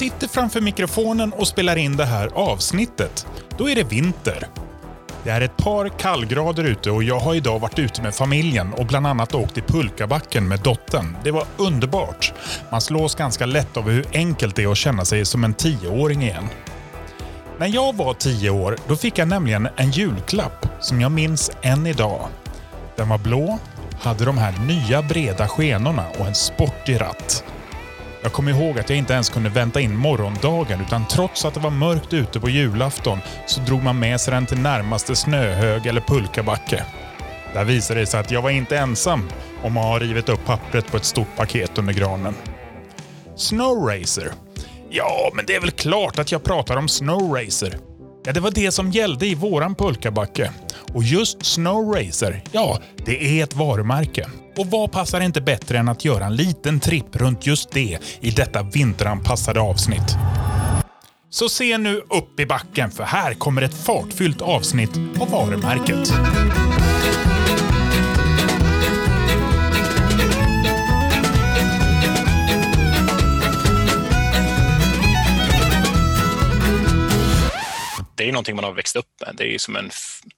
sitter framför mikrofonen och spelar in det här avsnittet, då är det vinter. Det är ett par kallgrader ute och jag har idag varit ute med familjen och bland annat åkt i pulkabacken med dottern. Det var underbart. Man slås ganska lätt av hur enkelt det är att känna sig som en 10-åring igen. När jag var 10 år, då fick jag nämligen en julklapp som jag minns än idag. Den var blå, hade de här nya breda skenorna och en sportig ratt. Jag kommer ihåg att jag inte ens kunde vänta in morgondagen, utan trots att det var mörkt ute på julafton så drog man med sig den till närmaste snöhög eller pulkabacke. Där visade det sig att jag var inte ensam om att ha rivit upp pappret på ett stort paket under granen. Snow Racer. Ja, men det är väl klart att jag pratar om Snow Racer. Ja, det var det som gällde i våran pulkabacke. Och just Snow Racer, ja, det är ett varumärke. Och vad passar inte bättre än att göra en liten tripp runt just det i detta vinteranpassade avsnitt. Så se nu upp i backen, för här kommer ett fartfyllt avsnitt av varumärket. Det är någonting man har växt upp med. Det är som en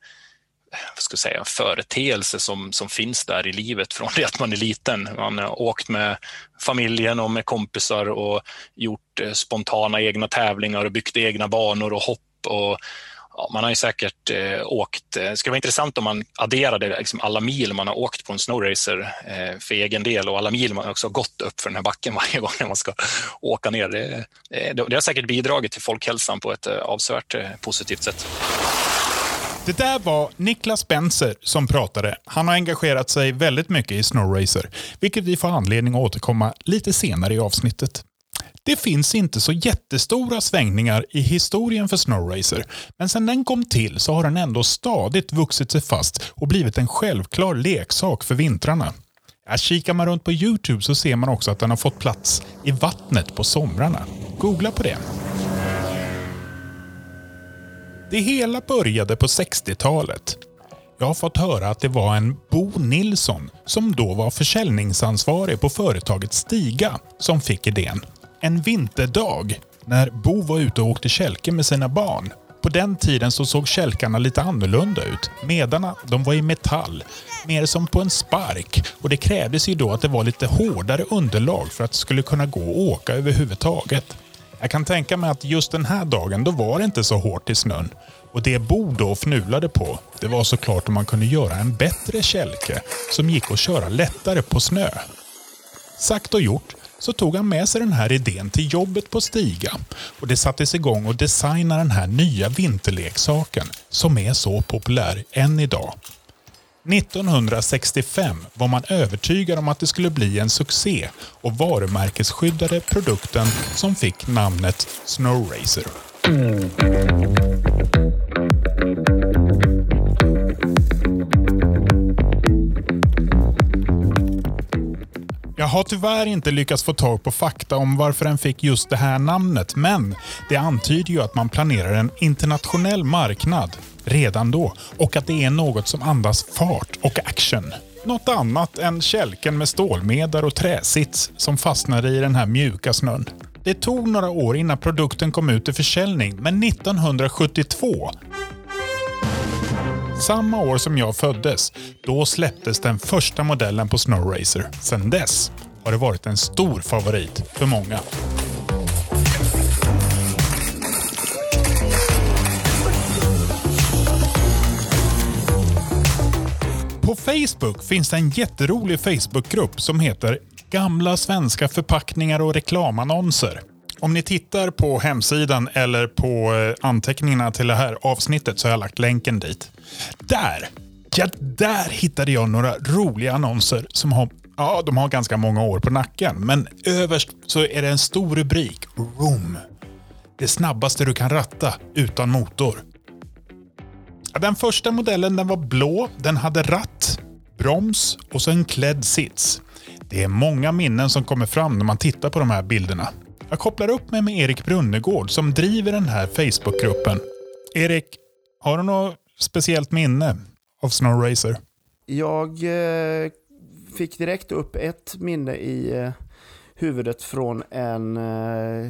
företeelse som finns där i livet från det att man är liten. Man har åkt med familjen och med kompisar och gjort spontana egna tävlingar och byggt egna banor och hopp. Och ja, man har ju säkert åkt. Det skulle vara intressant om man adderade liksom alla mil man har åkt på en snowracer för egen del, och alla mil man också har gått upp för den här backen varje gång när man ska åka ner. Det har säkert bidragit till folkhälsan på ett avsevärt positivt sätt. Det där var Niklas Spencer som pratade. Han har engagerat sig väldigt mycket i snowracer, vilket vi får anledning att återkomma lite senare i avsnittet. Det finns inte så jättestora svängningar i historien för snowracer, men sedan den kom till så har den ändå stadigt vuxit sig fast och blivit en självklar leksak för vintrarna. Kikar man runt på YouTube så ser man också att den har fått plats i vattnet på somrarna. Googla på det. Det hela började på 60-talet. Jag har fått höra att det var en Bo Nilsson som då var försäljningsansvarig på företaget Stiga som fick idén. En vinterdag när Bo var ute och åkte kälke med sina barn. På den tiden så såg kälkarna lite annorlunda ut. Medarna, de var i metall, mer som på en spark. Och det krävdes ju då att det var lite hårdare underlag för att det skulle kunna gå och åka överhuvudtaget. Jag kan tänka mig att just den här dagen då var det inte så hårt i snön. Och det Bo då fnulade på, det var såklart om man kunde göra en bättre kälke som gick att köra lättare på snö. Sagt och gjort så tog han med sig den här idén till jobbet på Stiga. Och det sattes igång och designade den här nya vinterleksaken som är så populär än idag. 1965 var man övertygad om att det skulle bli en succé och varumärkesskyddade produkten som fick namnet Snow Racer. Jag har tyvärr inte lyckats få tag på fakta om varför den fick just det här namnet, men det antyder ju att man planerar en internationell marknad redan då och att det är något som andas fart och action. Något annat än kälken med stålmedar och träsits som fastnade i den här mjuka snön. Det tog några år innan produkten kom ut i försäljning, men 1972, samma år som jag föddes, då släpptes den första modellen på Snow Racer. Sedan dess har det varit en stor favorit för många. På Facebook finns det en jätterolig Facebookgrupp som heter Gamla svenska förpackningar och reklamannonser. Om ni tittar på hemsidan eller på anteckningarna till det här avsnittet så har jag lagt länken dit. Där hittade jag några roliga annonser som de har ganska många år på nacken. Men överst så är det en stor rubrik. Vroom. Det snabbaste du kan ratta utan motor. Den första modellen den var blå, den hade ratt, broms och så en klädd sits. Det är många minnen som kommer fram när man tittar på de här bilderna. Jag kopplar upp mig med Erik Brunnegård som driver den här Facebookgruppen. Erik, har du något speciellt minne av Snow Racer? Jag fick direkt upp ett minne i huvudet från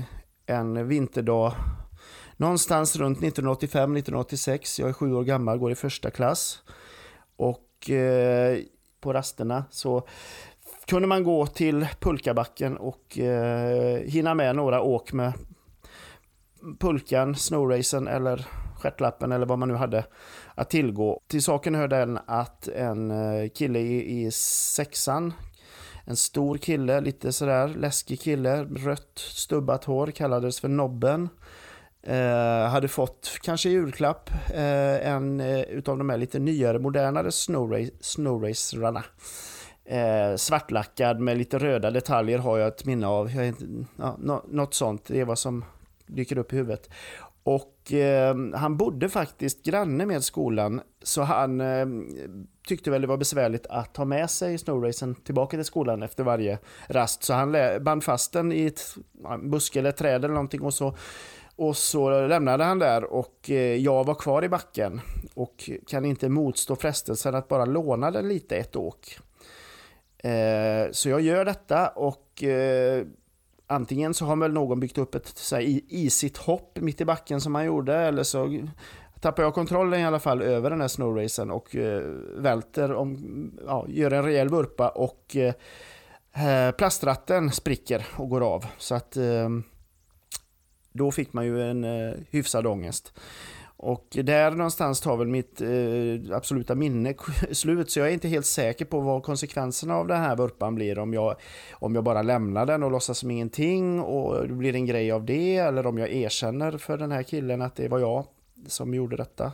en vinterdag någonstans runt 1985-1986. Jag är 7 år gammal, går i första klass. Och på rasterna så kunde man gå till Pulkabacken och hinna med några åk med pulkan, snowracen eller stjärtlappen eller vad man nu hade att tillgå. Till saken hör den att en kille i sexan, en stor kille, lite sådär läskig kille, rött stubbat hår, kallades för Nobben. Hade fått kanske i julklapp en utav de här lite nyare, modernare snowracerarna. Svartlackad med lite röda detaljer har jag ett minne av. Något sånt, det är vad som dyker upp i huvudet. Och han bodde faktiskt granne med skolan, så han tyckte väl det var besvärligt att ta med sig snowracen tillbaka till skolan efter varje rast. Så han band fast den i ett buske eller träd eller någonting, och så lämnade han där, och jag var kvar i backen och kan inte motstå frestelsen att bara låna den lite ett åk. Så jag gör detta, och antingen så har väl någon byggt upp ett så här isigt hopp mitt i backen som han gjorde, eller så tappar jag kontrollen i alla fall över den här snowracen och välter, gör en rejäl vurpa, och plastratten spricker och går av. Så att då fick man ju en hyfsad ångest. Och där någonstans tar väl mitt absoluta minne slut, så jag är inte helt säker på vad konsekvenserna av den här vurpan blir. Om jag bara lämnar den och låtsas som ingenting och det blir en grej av det, eller om jag erkänner för den här killen att det var jag som gjorde detta.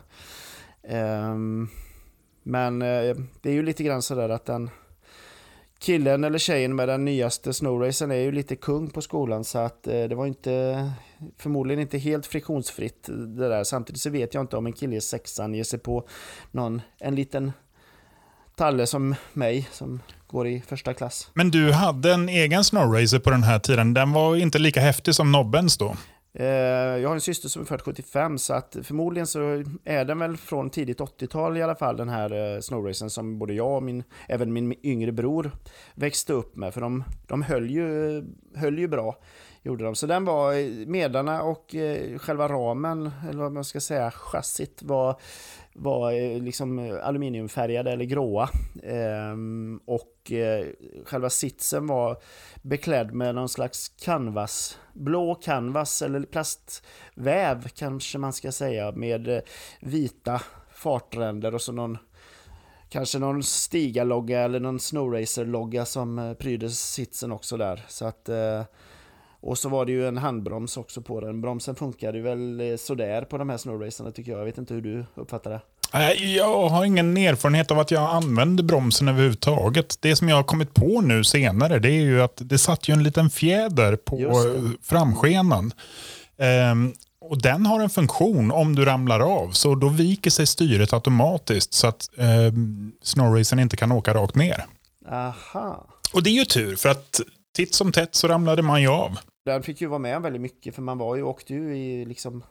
Men det är ju lite grann sådär att den killen eller tjejen med den nyaste snowracen är ju lite kung på skolan, så att det var förmodligen inte helt friktionsfritt det där. Samtidigt så vet jag inte om en kille i sexan ger sig på en liten talle som mig som går i första klass. Men du hade en egen snowracer på den här tiden. Den var inte lika häftig som Nobbens då? Jag har en syster som är född 75, så att förmodligen så är den väl från tidigt 80-tal i alla fall, den här snowracen som både jag och även min yngre bror växte upp med, för de höll ju bra, gjorde de. Så den var medarna, och själva ramen, eller vad man ska säga, chassit var liksom aluminiumfärgade eller gråa, och själva sitsen var beklädd med någon slags blå canvas eller plastväv kanske man ska säga, med vita fartränder och så kanske någon Stiga-logga eller någon Snowracer-logga som prydde sitsen också där. Så att, och så var det ju en handbroms också på den. Bromsen funkade ju väl sådär på de här Snowracerna, tycker jag. Jag vet inte hur du uppfattar det. Jag har ingen erfarenhet av att jag använde bromsen överhuvudtaget. Det som jag har kommit på nu senare, det är ju att det satt ju en liten fjäder på framskenan. Och den har en funktion om du ramlar av, så då viker sig styret automatiskt så att snowracen inte kan åka rakt ner. Aha. Och det är ju tur, för att titt som tätt så ramlade man ju av. Den fick ju vara med väldigt mycket, för man åkte ju i liksom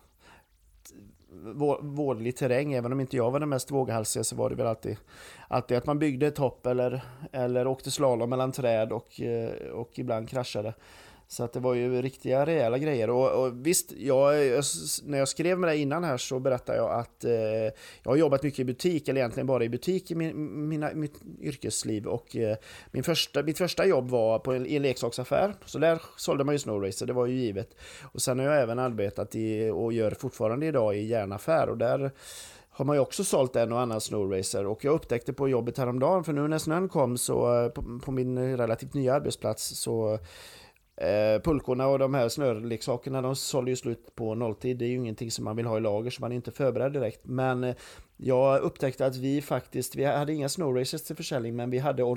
vårdlig terräng. Även om inte jag var den mest våghalsiga, så var det väl alltid att man byggde ett hopp eller åkte slalom mellan träd och ibland kraschade. Så att det var ju riktiga rejäla grejer. Och visst, när jag skrev med dig innan här så berättade jag att jag har jobbat mycket i butik, eller egentligen bara i butik i mitt yrkesliv. Och mitt första jobb var i en leksaksaffär. Så där sålde man ju snowracer, det var ju givet. Och sen har jag även arbetat och gör fortfarande idag i järnaffär. Och där har man ju också sålt en och annan snowracer. Och jag upptäckte på jobbet häromdagen, för nu när snön kom så på min relativt nya arbetsplats, så pulkorna och de här snörleksakerna, de sålde ju slut på nolltid. Det är ju ingenting som man vill ha i lager, så man är inte förberedd direkt. Men jag upptäckte att vi hade inga snowracers till försäljning, men vi hade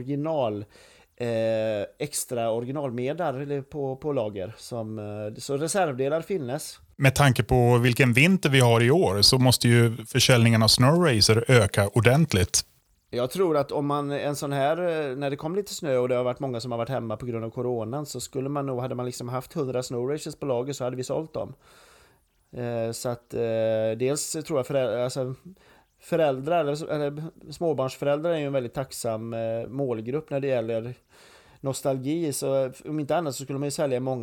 extra originalmedar på lager. Så reservdelar finnes. Med tanke på vilken vinter vi har i år så måste ju försäljningen av snowracer öka ordentligt. Jag tror att om en sån här, när det kom lite snö och det har varit många som har varit hemma på grund av coronan, så hade man liksom haft 100 snowracers på lager, så hade vi sålt dem. Så att dels tror jag föräldrar eller småbarnsföräldrar är ju en väldigt tacksam målgrupp när det gäller nostalgi. Så om inte annat så skulle man ju sälja många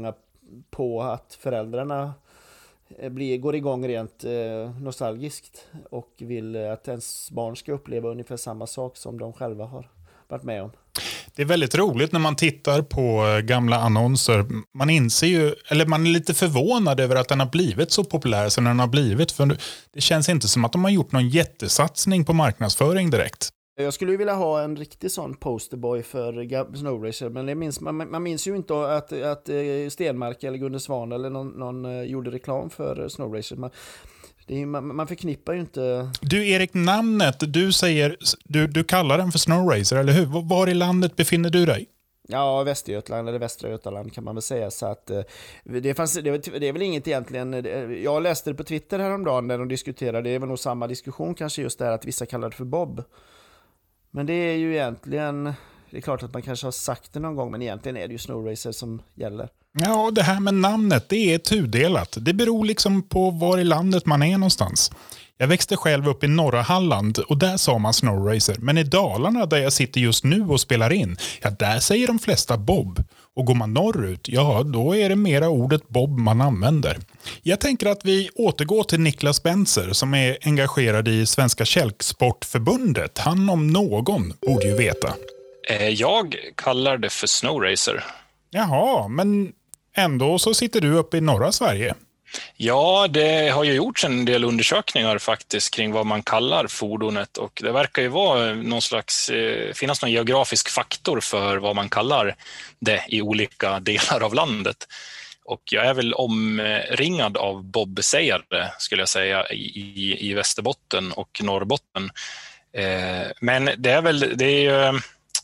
på att föräldrarna går igång rent nostalgiskt och vill att ens barn ska uppleva ungefär samma sak som de själva har varit med om. Det är väldigt roligt när man tittar på gamla annonser. Man inser ju, eller man är lite förvånad över att den har blivit så populär som den har blivit. För det känns inte som att de har gjort någon jättesatsning på marknadsföring direkt. Jag skulle ju vilja ha en riktig sån posterboy för Snow Racer, men man minns ju inte att Stenmark eller Gunde Svan eller någon gjorde reklam för Snow Racer. Man förknippar ju inte... Du Erik, namnet, du säger, du kallar den för Snow Racer, eller hur? Var i landet befinner du dig? Ja, Västergötland eller Västra Götaland kan man väl säga. Så att det är väl inget egentligen. Jag läste det på Twitter häromdagen när de diskuterade, det är väl nog samma diskussion kanske just där att vissa kallar det för Bob. Men det är ju egentligen, det är klart att man kanske har sagt det någon gång, men egentligen är det ju Snow Racer som gäller. Ja, det här med namnet, det är tudelat. Det beror liksom på var i landet man är någonstans. Jag växte själv upp i norra Halland och där sa man Snow Racer. Men i Dalarna där jag sitter just nu och spelar in, ja där säger de flesta Bob. Och går man norrut, ja då är det mera ordet Bob man använder. Jag tänker att vi återgår till Niklas Benzer som är engagerad i Svenska Kälksportförbundet. Han om någon borde ju veta. Jag kallar det för Snow Racer. Jaha, men ändå så sitter du uppe i norra Sverige. Ja, det har ju gjorts en del undersökningar faktiskt kring vad man kallar fordonet och det verkar ju vara någon slags, finnas någon geografisk faktor för vad man kallar det i olika delar av landet. Och jag är väl omringad av bobsägare skulle jag säga i Västerbotten och Norrbotten. Men det är ju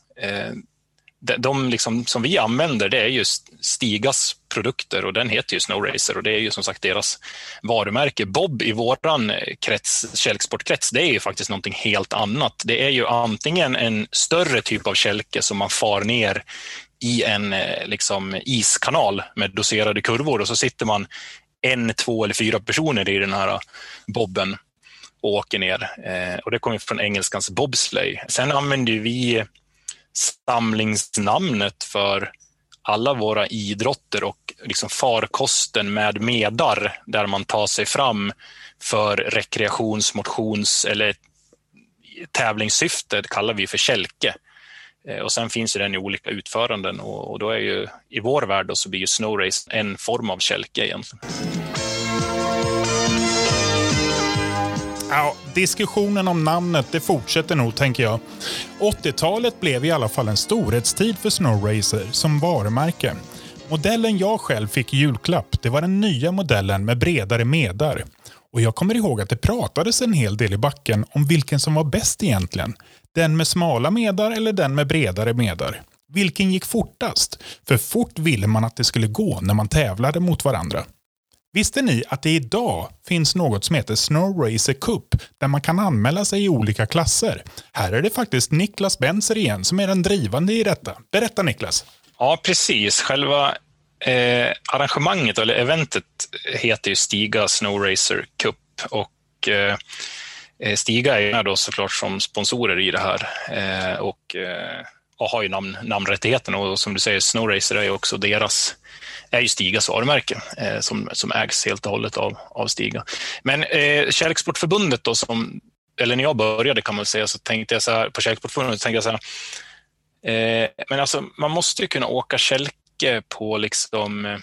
de liksom, som vi använder, det är ju Stigas produkter och den heter ju Snow Racer och det är ju som sagt deras varumärke. Bob i våran kälksportkrets, det är ju faktiskt någonting helt annat. Det är ju antingen en större typ av kälke som man far ner i en liksom iskanal med doserade kurvor och så sitter man 1, 2 eller 4 personer i den här bobben och åker ner. Och det kommer från engelskans bobsleigh. Sen använder vi samlingsnamnet för alla våra idrotter och liksom farkosten med medar där man tar sig fram för rekreations-, motions- eller tävlingssyfte kallar vi för kälke. Och sen finns den i olika utföranden och då är ju i vår värld så blir ju Snow Race en form av kälke egentligen. Ja, diskussionen om namnet det fortsätter nog tänker jag. 80-talet blev i alla fall en storhetstid för Snow Racer som varumärke. Modellen jag själv fick i julklapp, det var den nya modellen med bredare medar. Och jag kommer ihåg att det pratades en hel del i backen om vilken som var bäst egentligen. Den med smala medar eller den med bredare medar. Vilken gick fortast? För fort ville man att det skulle gå när man tävlade mot varandra. Visste ni att det idag finns något som heter Snow Racer Cup där man kan anmäla sig i olika klasser? Här är det faktiskt Niklas Benzer igen som är den drivande i detta. Berätta Niklas. Ja, precis. Själva arrangemanget eller eventet heter ju Stiga Snow Racer Cup och Stiga är då såklart som sponsorer i det här och har ju namnrättigheten och som du säger Snow Racer är ju också är ju Stigas varumärke som ägs helt och hållet av Stiga. Men Kälksportförbundet då eller när jag började kan man säga så tänkte jag så här på Kälksportförbundet tänkte jag så här men alltså man måste ju kunna åka kälke på liksom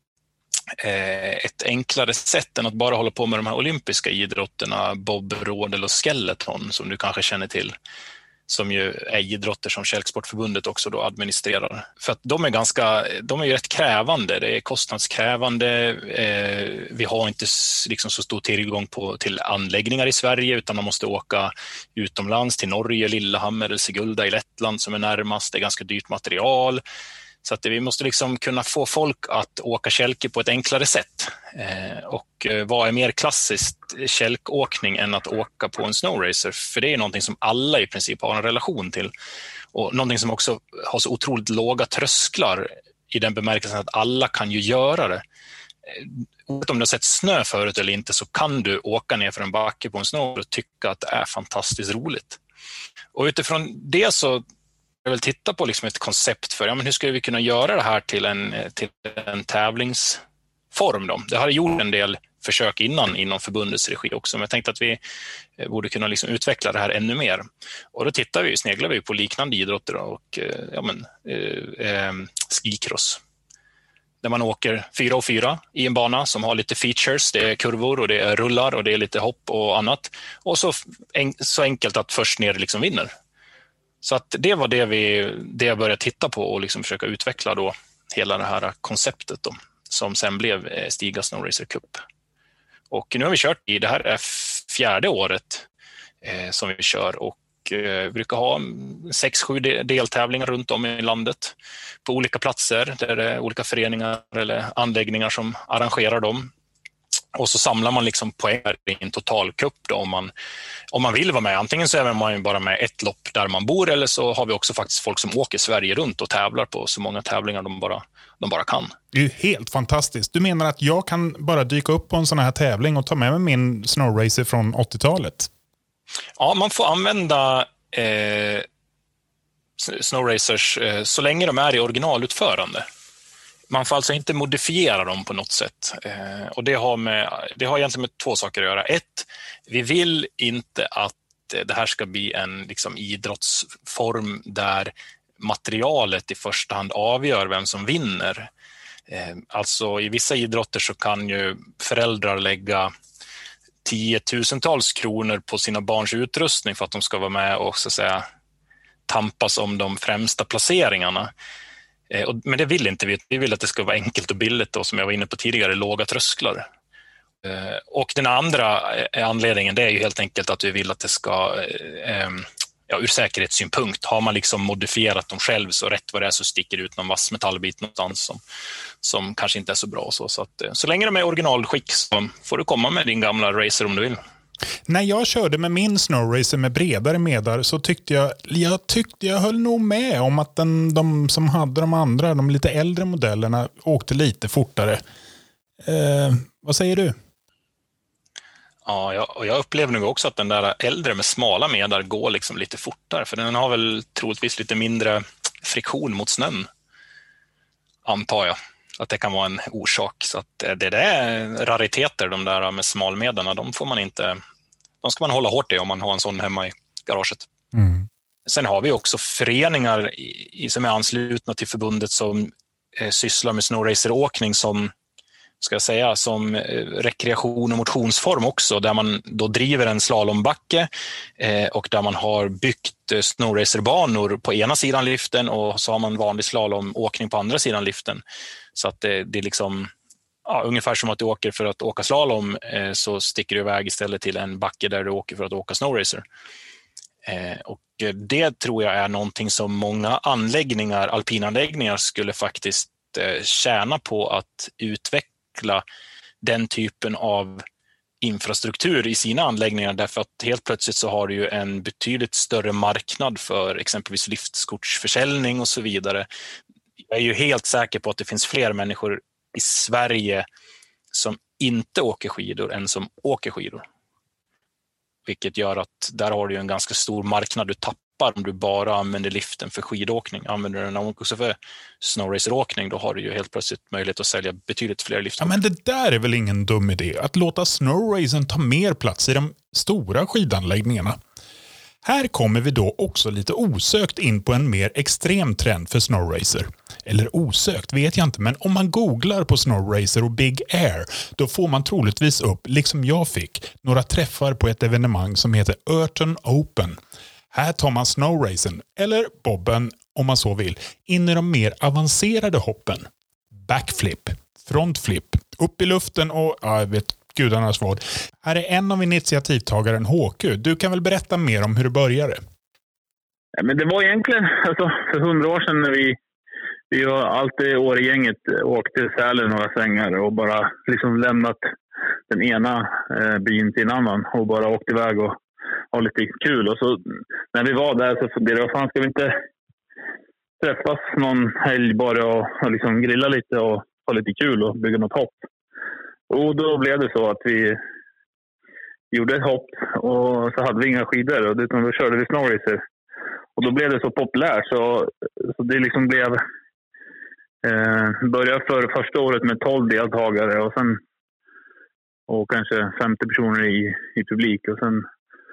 ett enklare sätt än att bara hålla på med de här olympiska idrotterna bob, rodel och skeleton som du kanske känner till. Som ju är idrotter som Kälksportförbundet också då administrerar. För att de är ju rätt krävande, det är kostnadskrävande. Vi har inte liksom så stor tillgång till anläggningar i Sverige utan man måste åka utomlands till Norge, Lillehammer eller Sigulda i Lettland som är närmast. Det är ganska dyrt material. Så att vi måste liksom kunna få folk att åka kälke på ett enklare sätt. Och vad är mer klassiskt kälkåkning än att åka på en Snow Racer? För det är någonting som alla i princip har en relation till. Och någonting som också har så otroligt låga trösklar i den bemärkelsen att alla kan ju göra det. Oavsett om du har sett snö förut eller inte så kan du åka ner för en backe på en Snow och tycka att det är fantastiskt roligt. Och utifrån det så väl titta på liksom ett koncept för men hur ska vi kunna göra det här till en tävlingsform då? Det har gjort en del försök inom förbundets regi också, men jag tänkte att vi borde kunna liksom utveckla det här ännu mer. Och då sneglar vi på liknande idrotter och skikross. Där man åker 4x4 i en bana som har lite features. Det är kurvor och det är rullar och det är lite hopp och annat. Och så enkelt att först ner liksom vinner. Så att det var det jag började titta på och liksom försöka utveckla då hela det här konceptet då, som sen blev Stiga Snow Racer Cup. Och nu har vi kört det här är 4:e året som vi kör och brukar ha 6-7 deltävlingar runt om i landet på olika platser där det är olika föreningar eller anläggningar som arrangerar dem. Och så samlar man liksom poäng i en totalcup då, om man vill vara med. Antingen så är man bara med ett lopp där man bor, eller så har vi också faktiskt folk som åker Sverige runt och tävlar på så många tävlingar de bara kan. Det är ju helt fantastiskt. Du menar att jag kan bara dyka upp på en sån här tävling och ta med mig min Snow Racer från 80-talet? Ja, man får använda Snow Racers så länge de är i originalutförande. Man får alltså inte modifiera dem på något sätt. Och det har egentligen med 2 saker att göra. 1, vi vill inte att det här ska bli en liksom idrottsform där materialet i första hand avgör vem som vinner. Alltså i vissa idrotter så kan ju föräldrar lägga 10-tusentals kronor på sina barns utrustning för att de ska vara med och så att säga tampas om de främsta placeringarna. Men det vill inte vi. Vi vill att det ska vara enkelt och billigt och som jag var inne på tidigare, låga trösklar. Och den andra anledningen, det är ju helt enkelt att vi vill att det ska, ur säkerhetssynpunkt, har man liksom modifierat dem själv så rätt vad det är så sticker ut någon vass metallbit någonstans som kanske inte är så bra. Så att, så länge de är originalskick så får du komma med din gamla racer om du vill. När jag körde med min Snow Racer med bredare medar så tyckte jag höll nog med om att de som hade de andra, de lite äldre modellerna åkte lite fortare. Vad säger du? Ja, och jag upplever nog också att den där äldre med smala medar går liksom lite fortare, för den har väl troligtvis lite mindre friktion mot snön, antar jag. Att det kan vara en orsak. Så att det är rariteter, de där med smalmedarna, de ska man hålla hårt i om man har en sån hemma i garaget. Mm. Sen har vi också föreningar som är anslutna till förbundet som sysslar med snowraceråkning som rekreation och motionsform också, där man då driver en slalombacke och där man har byggt snowracerbanor på ena sidan liften och så har man vanlig slalomåkning på andra sidan liften. Så att det är liksom ungefär som att du åker för att åka slalom, så sticker du iväg istället till en backe där du åker för att åka snowracer. Och det tror jag är någonting som många alpinanläggningar skulle faktiskt tjäna på att utveckla den typen av infrastruktur i sina anläggningar, därför att helt plötsligt så har du ju en betydligt större marknad för exempelvis liftkortsförsäljning och så vidare. Jag är ju helt säker på att det finns fler människor i Sverige som inte åker skidor än som åker skidor. Vilket gör att där har du en ganska stor marknad du tappar om du bara använder liften för skidåkning. Använder du den också för snowraceråkning, då har du ju helt plötsligt möjlighet att sälja betydligt fler liftkort. Ja, men det där är väl ingen dum idé, att låta snowracen ta mer plats i de stora skidanläggningarna. Här kommer vi då också lite osökt in på en mer extrem trend för snowracer. Eller osökt vet jag inte, men om man googlar på snowracer och Big Air, då får man troligtvis upp, liksom jag fick, några träffar på ett evenemang som heter Örton Open. Här tar man snowracen, eller bobben om man så vill, in i de mer avancerade hoppen. Backflip, frontflip, upp i luften och jag vet gudarnas vad. Här är en av initiativtagaren HQ. Du kan väl berätta mer om hur det började? Ja, men det var egentligen för 100 år sedan när vi har alltid Åregänget åkt till Sälen några svängar och bara liksom lämnat den ena byn till en annan och bara åkt iväg och ha lite kul. Och så när vi var där så funderade jag, fan ska vi inte träffas någon helg bara och liksom grilla lite och ha lite kul och bygga något hopp. Och då blev det så att vi gjorde ett hopp och så hade vi inga skidor utan då körde vi snowracer. Och då blev det så populärt så det liksom blev... började för första året med 12 deltagare och kanske 50 personer i publik. Och sen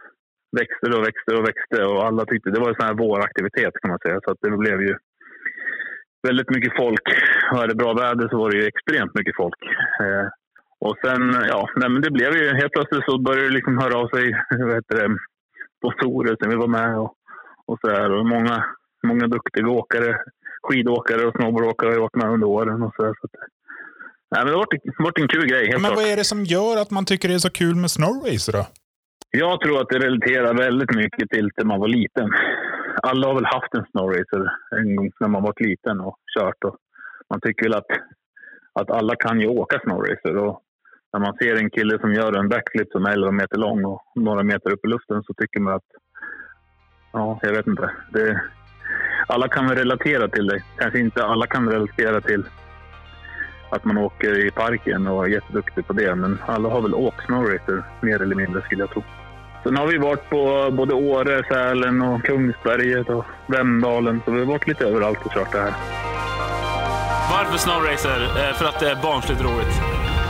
växte och alla tyckte det var en sån här våraktivitet kan man säga. Så att det blev ju väldigt mycket folk. Var det bra väder så var det ju extremt mycket folk. Och sen, men det blev ju helt plötsligt så började det liksom höra av sig sponsorer som vi var med och så här. Och många duktiga åkare, skidåkare och snowboardåkare har varit med under åren och så här. Så att, men det har varit en kul grej. Helt men klart. Vad är det som gör att man tycker det är så kul med snowracer då? Jag tror att det relaterar väldigt mycket till när man var liten. Alla har väl haft en snowracer en gång när man var liten och kört. Och man tycker väl att alla kan ju åka snowracer. Och när man ser en kille som gör en backflip som är 11 meter lång och några meter upp i luften så tycker man att jag vet inte. Alla kan väl relatera till det. Kanske inte alla kan relatera till att man åker i parken och är jätteduktig på det. Men alla har väl åkt snowracer mer eller mindre skulle jag tro. Sen har vi varit på både Åre, Sälen och Kungsberget och Vemdalen. Så vi har varit lite överallt och kört det här. Varför snowracer? För att det är barnsligt roligt.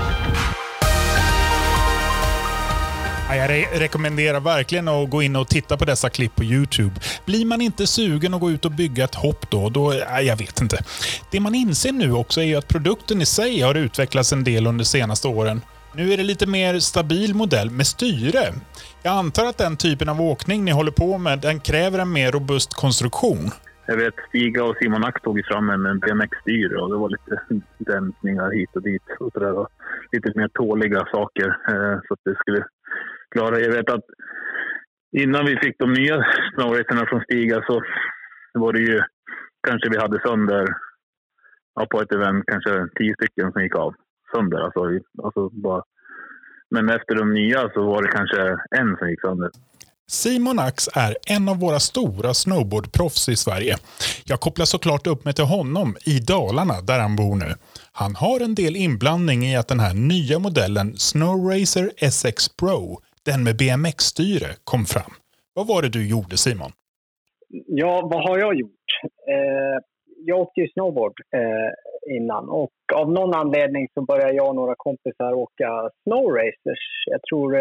Jag rekommenderar verkligen att gå in och titta på dessa klipp på YouTube. Blir man inte sugen att gå ut och bygga ett hopp då jag vet inte. Det man inser nu också är ju att produkten i sig har utvecklats en del under de senaste åren. Nu är det lite mer stabil modell med styre. Jag antar att den typen av åkning ni håller på med, den kräver en mer robust konstruktion. Jag vet, Stiga och Simon Ack tog fram en BMX-styre och det var lite dämpningar hit och dit och sådär. Och lite mer tåliga saker så att det skulle klara. Jag vet att innan vi fick de nya snowracerna från Stiga så var det ju kanske vi hade sönder på ett event kanske 10 stycken som gick av sönder. Alltså bara. Men efter de nya så var det kanske en som gick sönder. Simon Ax är en av våra stora snowboardproffs i Sverige. Jag kopplar såklart upp mig till honom i Dalarna där han bor nu. Han har en del inblandning i att den här nya modellen Snowracer SX Pro, den med BMX-styre, kom fram. Vad var det du gjorde, Simon? Ja, vad har jag gjort? Jag åkte ju snowboard innan och av någon anledning så började jag och några kompisar åka snowracers. Jag tror,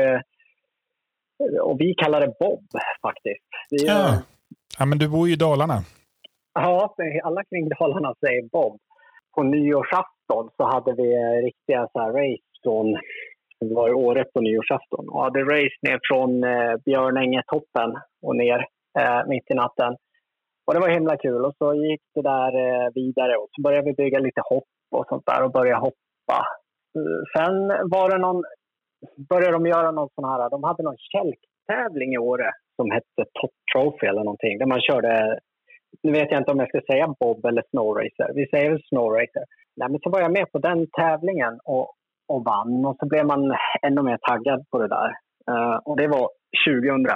och vi kallar det bob faktiskt. Ja, men du bor ju i Dalarna. Ja, alla kring Dalarna säger bob. På nyårsafton så hade vi riktiga så här race från, det var i året på nyårsafton. Och hade race ner från Björnängetoppen och ner mitt i natten. Och det var himla kul och så gick det där vidare och så började vi bygga lite hopp och sånt där och börja hoppa. Sen var det började de göra någon sån här, de hade någon kälktävling i Åre som hette Top Trophy eller någonting. Där man körde, nu vet jag inte om jag ska säga bob eller snowracer. Vi säger väl snowracer. Nej, men så var jag med på den tävlingen och vann och så blev man ännu mer taggad på det där. Och det var 2006.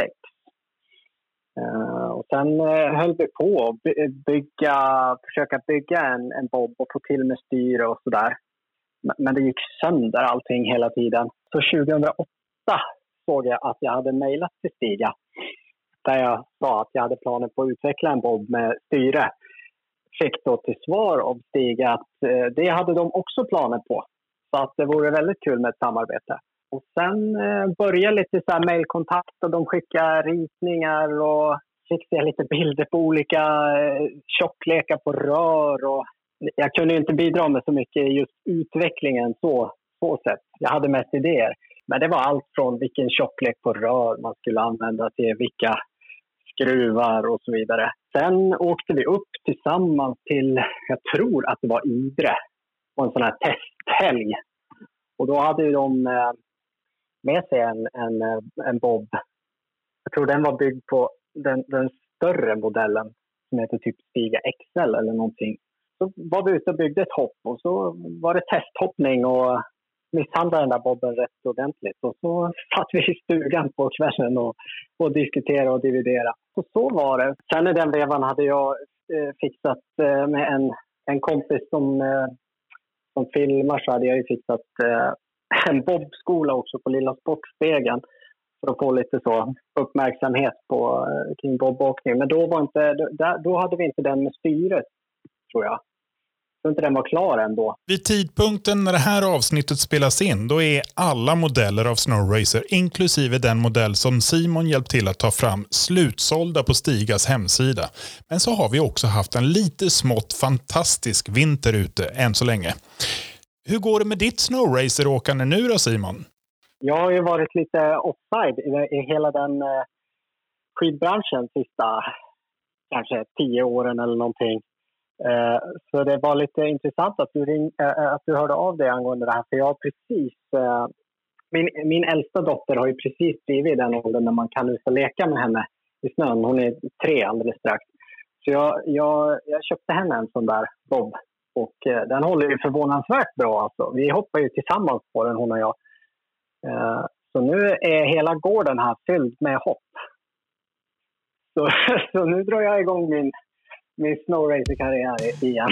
Och sen höll vi på att försöka bygga en bob och få till med styre och sådär. Men det gick sönder allting hela tiden. Så 2008 såg jag att jag hade mejlat till Stiga. Där jag sa att jag hade planer på att utveckla en bob med styre. Fick då till svar av Stiga att det hade de också planer på. Så att det vore väldigt kul med ett samarbete. Och sen började lite så här mejlkontakt och de skickade ritningar och fick se lite bilder på olika tjocklekar på rör. Och jag kunde inte bidra med så mycket i just utvecklingen så sätt. Jag hade mest idéer. Men det var allt från vilken tjocklek på rör man skulle använda till vilka skruvar och så vidare. Sen åkte vi upp tillsammans till, jag tror att det var Idre, på en sån här testhelg. Och då hade ju de med sig en bob. Jag tror den var byggd på den större modellen som heter typ Stiga XL eller någonting. Så var vi ute och byggde ett hopp och så var det testhoppning och misshandlade den där bobben rätt ordentligt. Och så satt vi i stugan på kvällen och diskuterade och dividerade. Och så var det. Sen i den vevan hade jag fixat med en kompis som filmar, så hade jag ju fixat en bobskola också på Lilla Sportspegeln. för att få lite så uppmärksamhet kring bobåkning. Men då hade vi inte den med styret, tror jag. Så inte den var klar ändå. Vid tidpunkten när det här avsnittet spelas in, då är alla modeller av Snowracer, inklusive den modell som Simon hjälpt till att ta fram, slutsålda på Stigas hemsida. Men så har vi också haft en lite smått fantastisk vinter ute än så länge. Hur går det med ditt Snowracer-åkande nu då, Simon? Jag har ju varit lite offside i hela den skidbranschen sista kanske 10 åren eller någonting. Så det var lite intressant att du hörde av dig angående det här. För jag har precis... Min äldsta dotter har ju precis blivit i den åldern när man kan ut och leka med henne i snön. Hon är 3 alldeles strax. Så jag köpte henne en sån där bob. Och den håller ju förvånansvärt bra alltså. Vi hoppar ju tillsammans på den, hon och jag. Så nu är hela gården här fylld med hopp. Så nu drar jag igång min snowracer-karriär igen.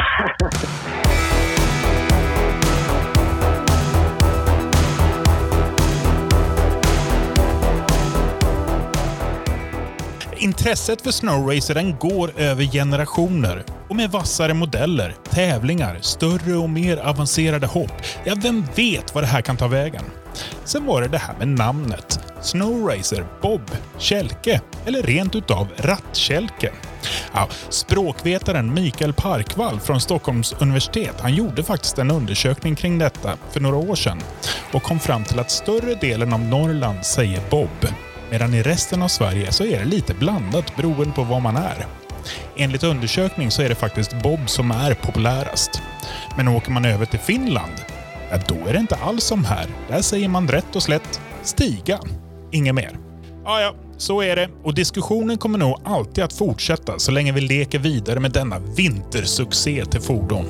Intresset för snowracern går över generationer. Och med vassare modeller, tävlingar, större och mer avancerade hopp. Ja, vem vet vad det här kan ta vägen? Sen var det här med namnet. Snowracer, bob, kälke eller rent utav rattkälke. Ja, språkvetaren Mikael Parkvall från Stockholms universitet, han gjorde faktiskt en undersökning kring detta för några år sedan och kom fram till att större delen av Norrland säger bob, medan i resten av Sverige så är det lite blandat beroende på vad man är. Enligt undersökning så är det faktiskt bob som är populärast. Men åker man över till Finland, ja, då är det inte alls som här. Där säger man rätt och slätt stiga, inget mer. Ja, så är det. Och diskussionen kommer nog alltid att fortsätta så länge vi leker vidare med denna vintersuccé till fordon.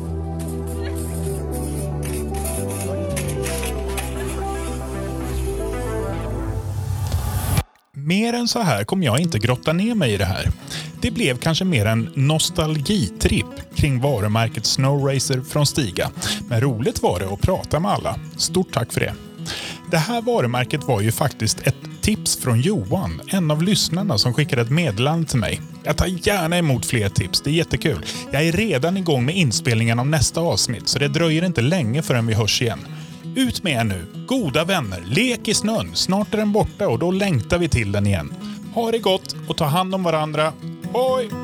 Mer än så här kommer jag inte grotta ner mig i det här. Det blev kanske mer en nostalgitripp kring varumärket Snowracer från Stiga. Men roligt var det att prata med alla. Stort tack för det. Det här varumärket var ju faktiskt ett tips från Johan, en av lyssnarna som skickade ett meddelande till mig. Jag tar gärna emot fler tips, det är jättekul. Jag är redan igång med inspelningen av nästa avsnitt så det dröjer inte länge förrän vi hörs igen. Ut med er nu, goda vänner, lek i snön, snart är den borta och då längtar vi till den igen. Ha det gott och ta hand om varandra. Hoj!